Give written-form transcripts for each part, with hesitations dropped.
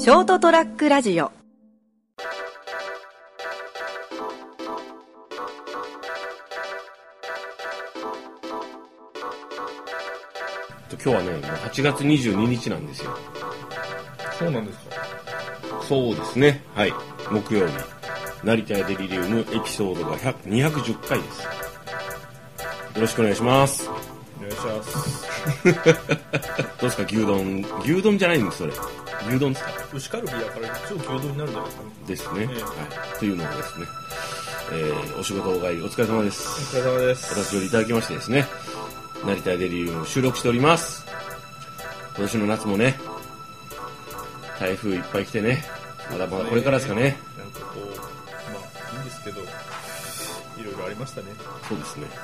ショートトラックラジオ。 今日はね、もう8月22日なんですよ。 そうなんですか。 そうですね。はい。木曜日。成田やデリリウムエピソードが210回です。よろしくお願いします。 お願いします。 どうですか、牛丼。牛丼じゃないんです、それ。牛丼ですか。 牛カルビやから一応牛丼になるんじゃないですかね。 ですね。はい。というのをですね、お仕事お帰りお疲れ様です。 お疲れ様です。 お立ち寄りいただきましてですね、成田やデリリウム収録しております。今年の夏もね、台風いっぱい来てね、まだまだこれからですかね。 なんかこう、まあいいんですけど、いろいろありましたね。 そうですね。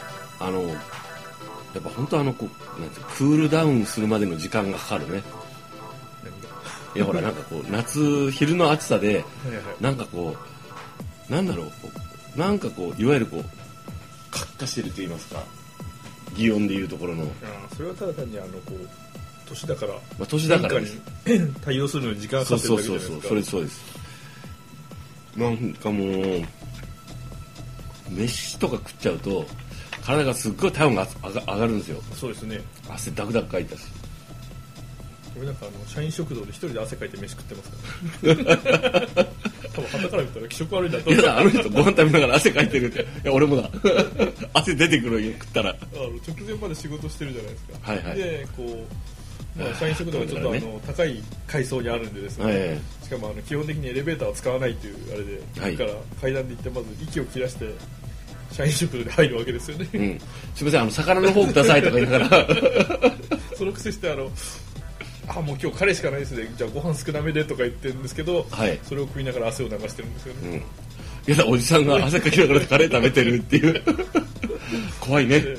やっぱ本当こう、なんていうか、クールダウンするまでの時間がかかるね。 何がいやほら、なんかこう、夏、昼の暑さで、 はいはい、 なんかこう、なんだろう、こうなんかこう、いわゆるこう、カッカしてると言いますか、擬音でいうところの。 それはただ単にこう、年だから、 まあ、年だからです。 変化に対応するのに時間がかかってるだけじゃないですか。 そうです。なんかもう、飯とか食っちゃうと、体がすっごい体温が上がるんですよ。 そうですね。 汗ダクダクかいたし。 俺なんか社員食堂で一人で汗かいて飯食ってますから、ね、多分旗から見たら気色悪いんだと思う。 いや、あの人ご飯食べながら汗かいてるって。いや、俺もだ。汗出てくるよ、食ったら。 直前まで仕事してるじゃないですか。 はいはい。 で、こう、社員食堂がちょっと高い階層にあるんでですね、はいはい、しかも基本的にエレベーターを使わないというあれで、はい、だから階段で行ってまず息を切らして社員食堂で入るわけですよね。 うん、すみません、魚の方くださいとか言いながらそのくせしてもう今日カレーしかないですね、じゃあご飯少なめでとか言ってるんですけど、はい、それを食いながら汗を流してるんですよね。 いや、おじさんが汗かきながらカレー食べてるっていう怖いね。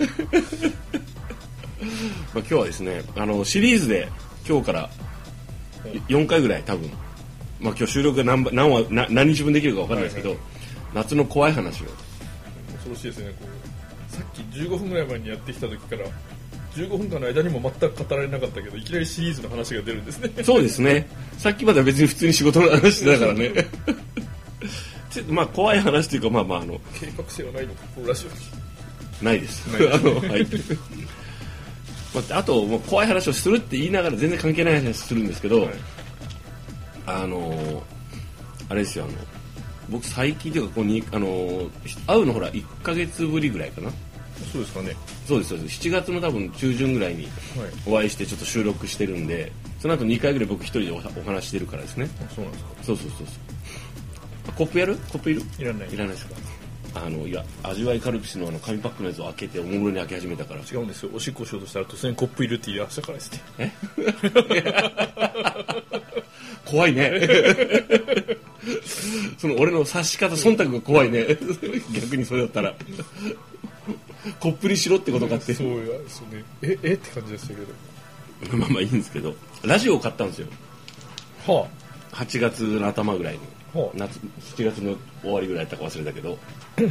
まあ今日はですね、シリーズで今日から4回ぐらい多分、まあ今日収録が何日分できるか分かんないですけど、はいはい、夏の怖い話を。 恐ろしいですね。こうさっき15分ぐらい前にやってきた時から15分間の間にも全く語られなかったけど、いきなりシリーズの話が出るんですね。 そうですね。さっきまでは別に普通に仕事の話だからね。まあ怖い話というか、まあ計画性はないのか、このラジオに。 ないです。はい。あともう怖い話をするって言いながら全然関係ない話するんですけど、はい、あれですよ、僕最近というかこうに会うのほら1ヶ月ぶりぐらいかな。 そうですかね。 そうです7月の多分中旬ぐらいにお会いしてちょっと収録してるんで、その後2回ぐらい僕一人でお話してるからですね。 そうなんですか。 そう。コップやる？コップいる？ いらないですか。いや、味わいカルピスの紙パックのやつを開けておもむろに開け始めたから。 違うんですよ。おしっこしようとしたら突然コップいるって言い出したからですね。 怖いね。その俺の察し方忖度が怖いね。逆にそれだったらコップにしろってことかって。 そうですね。って感じでしたけど。まあいいんですけど、ラジオを買ったんですよ。 はあ。8月の頭ぐらいに。 はあ、 7月の終わりぐらいだったか忘れたけど、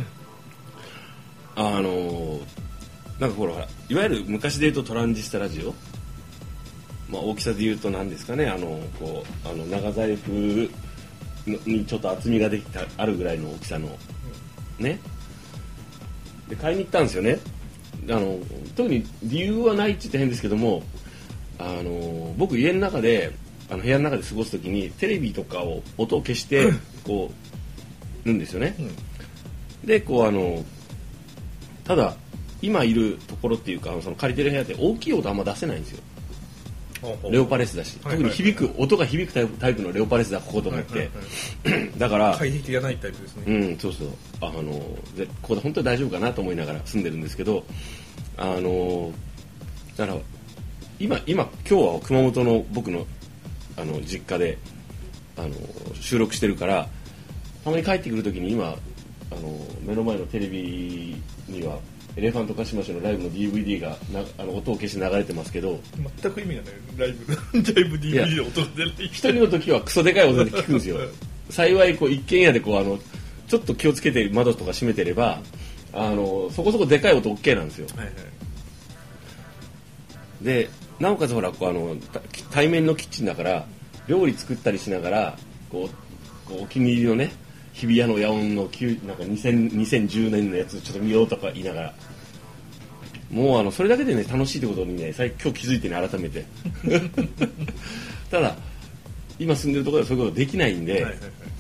なんかほら、いわゆる昔で言うとトランジスタラジオ、まあ大きさで言うと何ですかね、こう長財布にちょっと厚みができたあるぐらいの大きさのね。で買いに行ったんですよね。特に理由はないって言って変ですけども、僕家の中で部屋の中で過ごすときにテレビとかを音を消してこうるんですよね。でこうただ今いるところっていうかその借りてる部屋って大きい音あんま出せないんですよ。レオパレスだし、特に音が響くタイプのレオパレスだここと思って、だから快適がないタイプですね。 そうここで本当に大丈夫かなと思いながら住んでるんですけど、だから今日は熊本の僕の実家で収録してるから、たまに帰ってくるときに今目の前のテレビにはエレファントカシマシのライブの DVD が音を消して流れてますけど、 全く意味がない。ライブ DVD の音が出ない。 一人の時はクソでかい音で聞くんですよ。幸いこう一軒家でこうちょっと気をつけて窓とか閉めてればそこそこでかい音 OK なんですよ。 はいはい、 でなおかつほらこう対面のキッチンだから料理作ったりしながらこうお気に入りのね日比谷の野音のなんか2010年のやつちょっと見ようとか言いながら、もうそれだけでね楽しいってことにね今日気づいてね改めてただ今住んでるところではそういうことできないんで、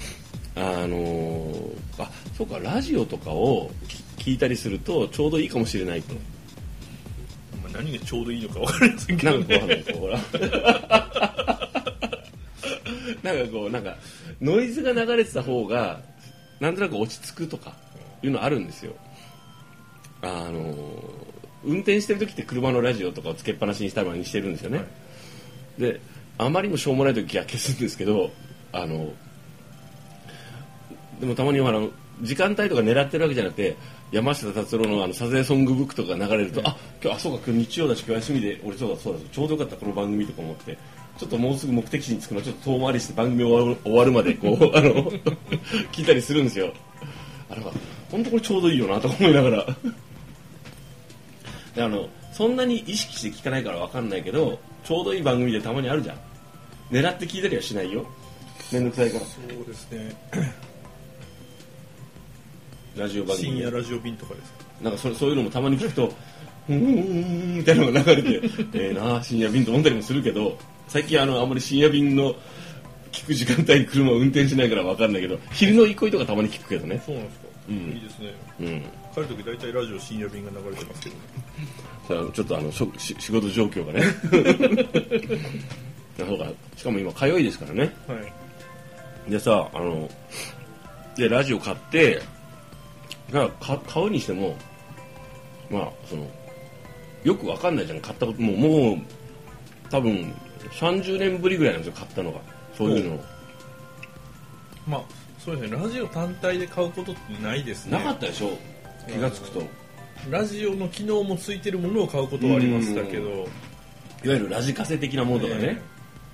そうかラジオとかを聞いたりするとちょうどいいかもしれないと。 何がちょうどいいのか分かりませんけど、ね、 なんかほらなんかノイズが流れてた方がなんとなく落ち着くとかいうのあるんですよ。運転してる時って車のラジオとかをつけっぱなしにしたまにしてるんですよね、はい、であまりにもしょうもない時は消すんですけどでもたまに時間帯とか狙ってるわけじゃなくて山下達郎のサザエソングブックとか流れると、今日そうか今日日曜だし今日休みで俺そうだちょうどよかったこの番組とか思ってちょっともうすぐ目的地に着くのちょっと遠回りして番組終わるまでこう聞いたりするんですよ。なんか本当これちょうどいいよなと思いながらでそんなに意識して聞かないから分かんないけどちょうどいい番組でたまにあるじゃん。狙って聞いたりはしないよ、めんどくさいから。 そうですねラジオ番組深夜ラジオ便とかですか。 なんかそういうのもたまに聞くとみたいなのが流れて深夜便と思ったりもするけど、最近あんまり深夜便の聞く時間帯に車を運転しないから分かんないけど昼の憩いとかたまに聞くけどね。 そうなんですか、いいですね、帰る時大体ラジオ深夜便が流れてますけどねちょっと仕事状況がねそうか、しかも今通いですからね、はい、でさでラジオ買って買うにしてもよくわかんないじゃん。買ったこともう多分30年ぶりぐらいなんですよ買ったのが。そういうのそうですね。ラジオ単体で買うことってないですね。 なかったでしょ、気がつくと。 ラジオの機能もついてるものを買うことはありましたけど、いわゆるラジカセ的なものとかね、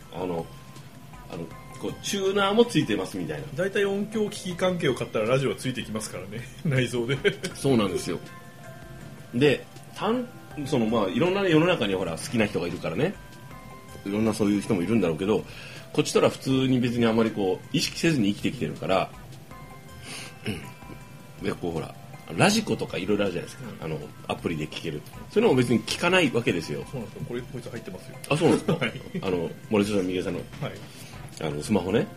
こうチューナーもついてますみたいな。 だいたい音響機器関係を買ったらラジオはついてきますからね内蔵でそうなんですよ。でいろんな世の中にほら好きな人がいるからね、いろんなそういう人もいるんだろうけど、こっちとら普通に別にあまりこう意識せずに生きてきてるから、でこうほらラジコとかいろいろあるじゃないですか、アプリで聞ける。そういうのも別に聞かないわけですよ。 そうなんですよ。こいつ入ってますよ。 あ、そうなんですか。 はい、 森下さん、三毛さんの、はい、スマホね。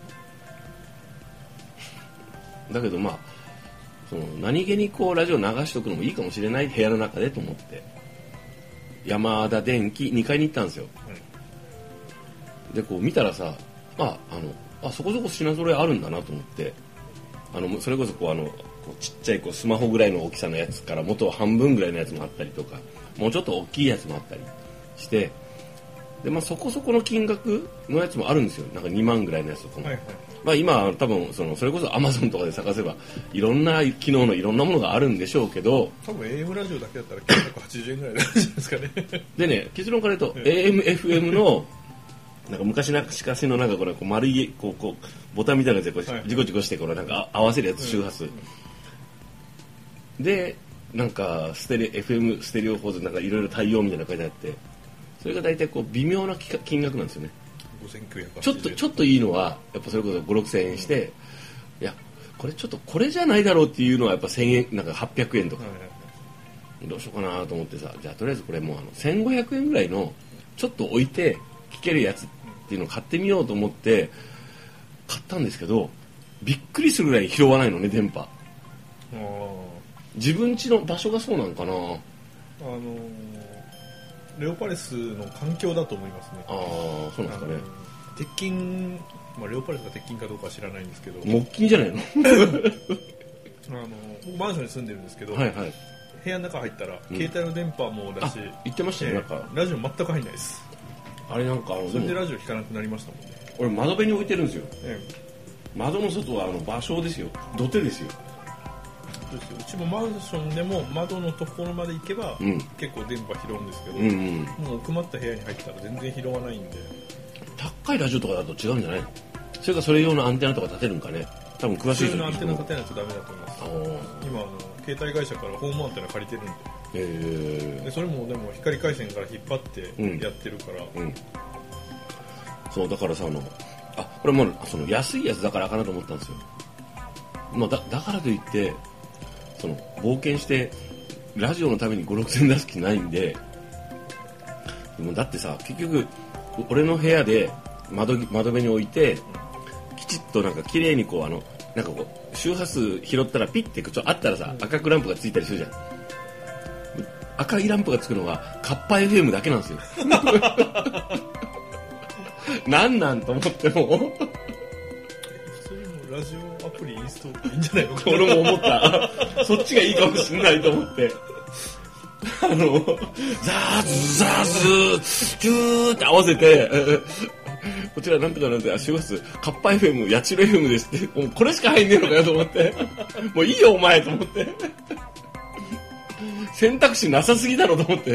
だけど何気にこうラジオ流しておくのもいいかもしれない、部屋の中でと思って山田電機2階に行ったんですよ、でこう見たらさそこそこ品揃えあるんだなと思って、それこそこうちっちゃいスマホぐらいの大きさのやつから元は半分ぐらいのやつもあったりとか、もうちょっと大きいやつもあったりして、でそこそこの金額のやつもあるんですよ。なんか2万ぐらいのやつとかも、今多分それこそ Amazon とかで探せばいろんな機能のいろんなものがあるんでしょうけど、 多分 AM ラジオだけだったら980円ぐらいなんじゃないですかねでね、結論から言うと、AM、FM のなんか昔しかしのなんかこれ丸いこうボタンみたいなやつでジコジコしてなんか合わせるやつ、周波数でなんかFM ステレオフォーズなんかいろいろ対応みたいなの書いてあって、それが大体こう微妙な金額なんですよね。 5980円。 ちょっといいのはやっぱそれこそ5、6千円して、いやこれじゃないだろうっていうのはやっぱ1000円なんか800円とか、どうしようかなと思ってさ、じゃあとりあえずこれもう1500円ぐらいのちょっと置いて聞けるやつっていうのを買ってみようと思って買ったんですけど、びっくりするぐらい拾わないのね、電波。自分家の場所がそうなのかな。 レオパレスの環境だと思いますね。 そうなんですかね。 鉄筋、レオパレスが鉄筋かどうかは知らないんですけど、 木筋じゃないの僕マンションに住んでるんですけど、部屋の中入ったら携帯の電波もだし、 言ってましたね、なんかラジオ全く入んないです。 あれなんかそれでラジオ聞かなくなりましたもんね。 俺窓辺に置いてるんですよ、窓の外は芭蕉ですよ、土手ですよ。 うちもマンションでも窓のところまで行けば、結構電波拾うんですけど、もう奥まった部屋に入ったら全然拾わないんで。 高いラジオとかだと違うんじゃないの？それかそれ用のアンテナとか立てるんかね。多分詳しい人のアンテナ立てないとダメだと思います。今携帯会社からホームアンテナ借りてるんで、でそれもでも光回線から引っ張ってやってるから、 そうだからさこれもうその安いやつだからかなと思ったんですよ。だからといってその冒険してラジオのために5、6千出す気ないんで、もうだってさ、結局俺の部屋で窓辺に置いてきちっとなんか綺麗にこうなんかこう周波数拾ったらピッてあったらさ、赤くランプがついたりするじゃん。赤いランプがつくのはカッパ FM だけなんですよ。なんと思っても普通にもうラジオアプリインストールいいんじゃないのか。 俺も思った。そっちがいいかもしれないと思って。ザーズザーズチューって合わせて、こちらなんとかなんて周波数カッパ FM 八代 FM ですって、もうこれしか入んねえのかよと思って、もういいよお前と思って、選択肢なさすぎだろと思って。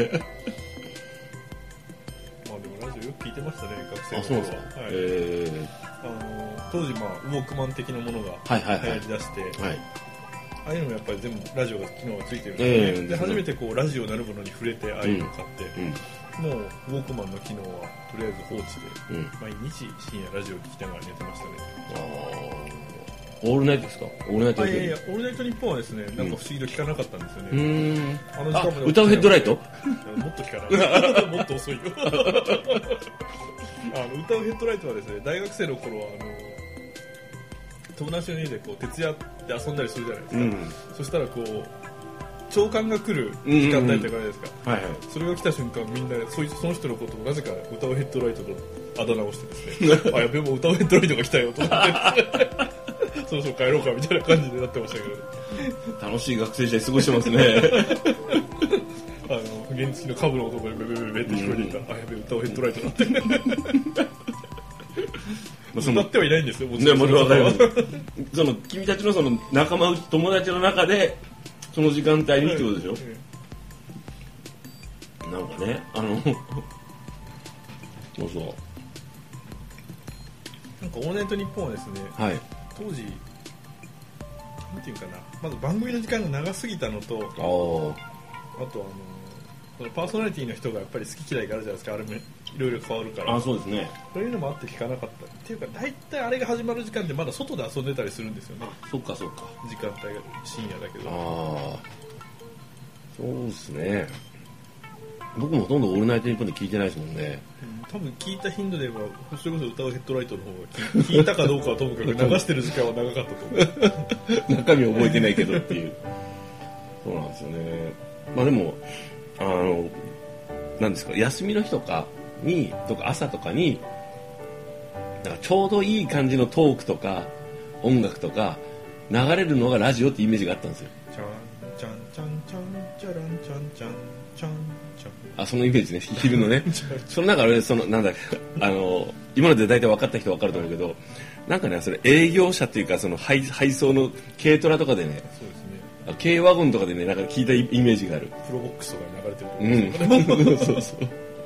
まあでもラジオよく聞いてましたね、学生の頃は。 そうですか。 当時ウォークマン的なものが流行りだして、ああいうのもやっぱり全部ラジオが機能がついてるんですね。で初めてこうラジオなるものに触れてああいうのを買って、もうウォークマンの機能はとりあえず放置で、毎日深夜ラジオ聞きながら寝てましたね。 オールナイトですか？オールナイト。 いやいや、オールナイトニッポンはですね、なんか不思議と聞かなかったんですよね。 あの時間まで歌うヘッドライト？ もっと聞かない。もっと遅いよ。歌うヘッドライトはですね、大学生の頃は友達の家でこう徹夜で遊んだりするじゃないですか。そしたらこう長官が来る時間帯とかですか。それが来た瞬間、みんなその人のことをなぜか歌うヘッドライトとあだ名をしてですね。やべもう歌うヘッドライトが来たよと思って。そろそろ帰ろうかみたいな感じになってましたけど。 楽しい学生時代過ごしてますね。 原付のカブの音がベベベベって聞こえていた。やべ歌うヘッドライトだって。歌ってはいないんですよ。もちろん分かります。その君たちのその仲間友達の中でその時間帯にってことでしょ。なんかねそうそう。 なんかオールナイトニッポンはですね。当時なんていうかな、まず番組の時間が長すぎたのと、あとパーソナリティの人がやっぱり好き嫌いがあるじゃないですか。あれもいろいろ変わるから。 そうですね。 そういうのもあって聞かなかったっていうか、大体あれが始まる時間ってまだ外で遊んでたりするんですよね。 そっかそっか。 時間帯が深夜だけど。 そうですね。僕もほとんどオールナイトニッポンで聞いてないですもんね。 多分聞いた頻度ではそれこそ歌うヘッドライトの方が聞いたかどうかはともかく流してる時間は長かったと思う。 中身覚えてないけどっていう。そうなんですよね。まあでもなんですか、休みの日とか朝とかになんかちょうどいい感じのトークとか音楽とか流れるのがラジオってイメージがあったんですよ。 チャンチャンチャンチャンチャランチャンチャンチャンチャン。 そのイメージね、昼のね。その中でなんだ今ので大体分かった人分かると思うけど、なんかね、それ営業車っていうかその配送の軽トラとかでね。そうですね。軽ワゴンとかでね、なんか聞いたイメージがある。 プロボックスとかに流れてる。 そうそう。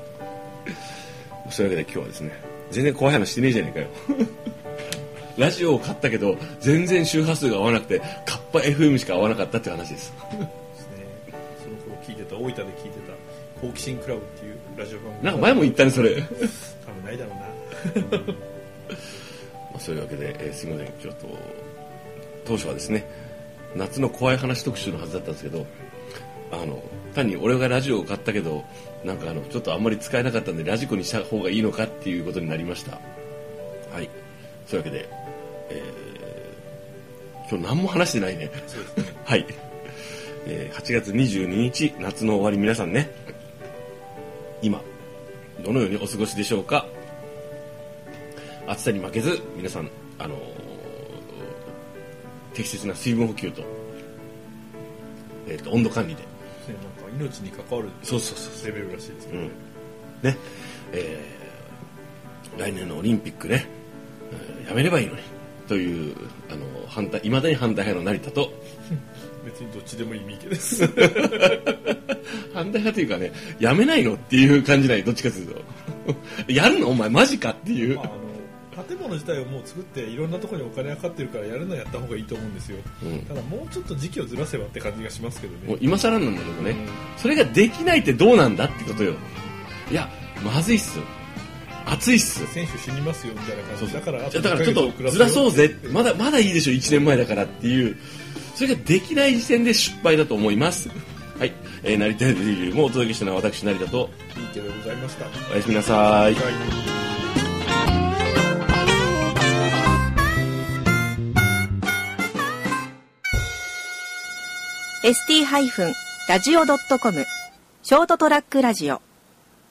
そういうわけで今日はですね、全然怖い話してねえじゃねえかよ。ラジオを買ったけど全然周波数が合わなくてカッパ FM しか合わなかったっていう話です。 その頃聞いてた、大分で聞いてた好奇心クラブっていうラジオ番組。 なんか前も言ったねそれ。 多分ないだろうな。 そういうわけで、すみません、ちょっと当初はですね、夏の怖い話特集のはずだったんですけど、単に俺がラジオを買ったけどなんかちょっとあんまり使えなかったんでラジコにした方がいいのかっていうことになりました。はい、そういうわけで、今日何も話してないね。 そうですね。 はい、8月22日夏の終わり、皆さんね、今どのようにお過ごしでしょうか。暑さに負けず皆さん適切な水分補給と、温度管理で、 なんか命に関わるレベルらしいですけどね。来年のオリンピックね、やめればいいのにといういまだに反対派の成田と別にどっちでもいい三池です。 反対派というかね、やめないのっていう感じない、どっちかというとやるのお前マジかっていう、 建物自体をもう作っていろんなところにお金がかかってるからやるのやった方がいいと思うんですよ。ただもうちょっと時期をずらせばって感じがしますけどね。 もう今更なんだけどね、それができないってどうなんだってことよ。いやまずいっすよ。 暑いっす。 選手死にますよみたいな感じだからちょっとずらそうぜ、まだいいでしょ、1年前だからっていう、それができない時点で失敗だと思います。はい、成田レビューもお届けしたのは私成田といいけでございました。 おやすみなさい。 ST-radio.com ショートトラックラジオ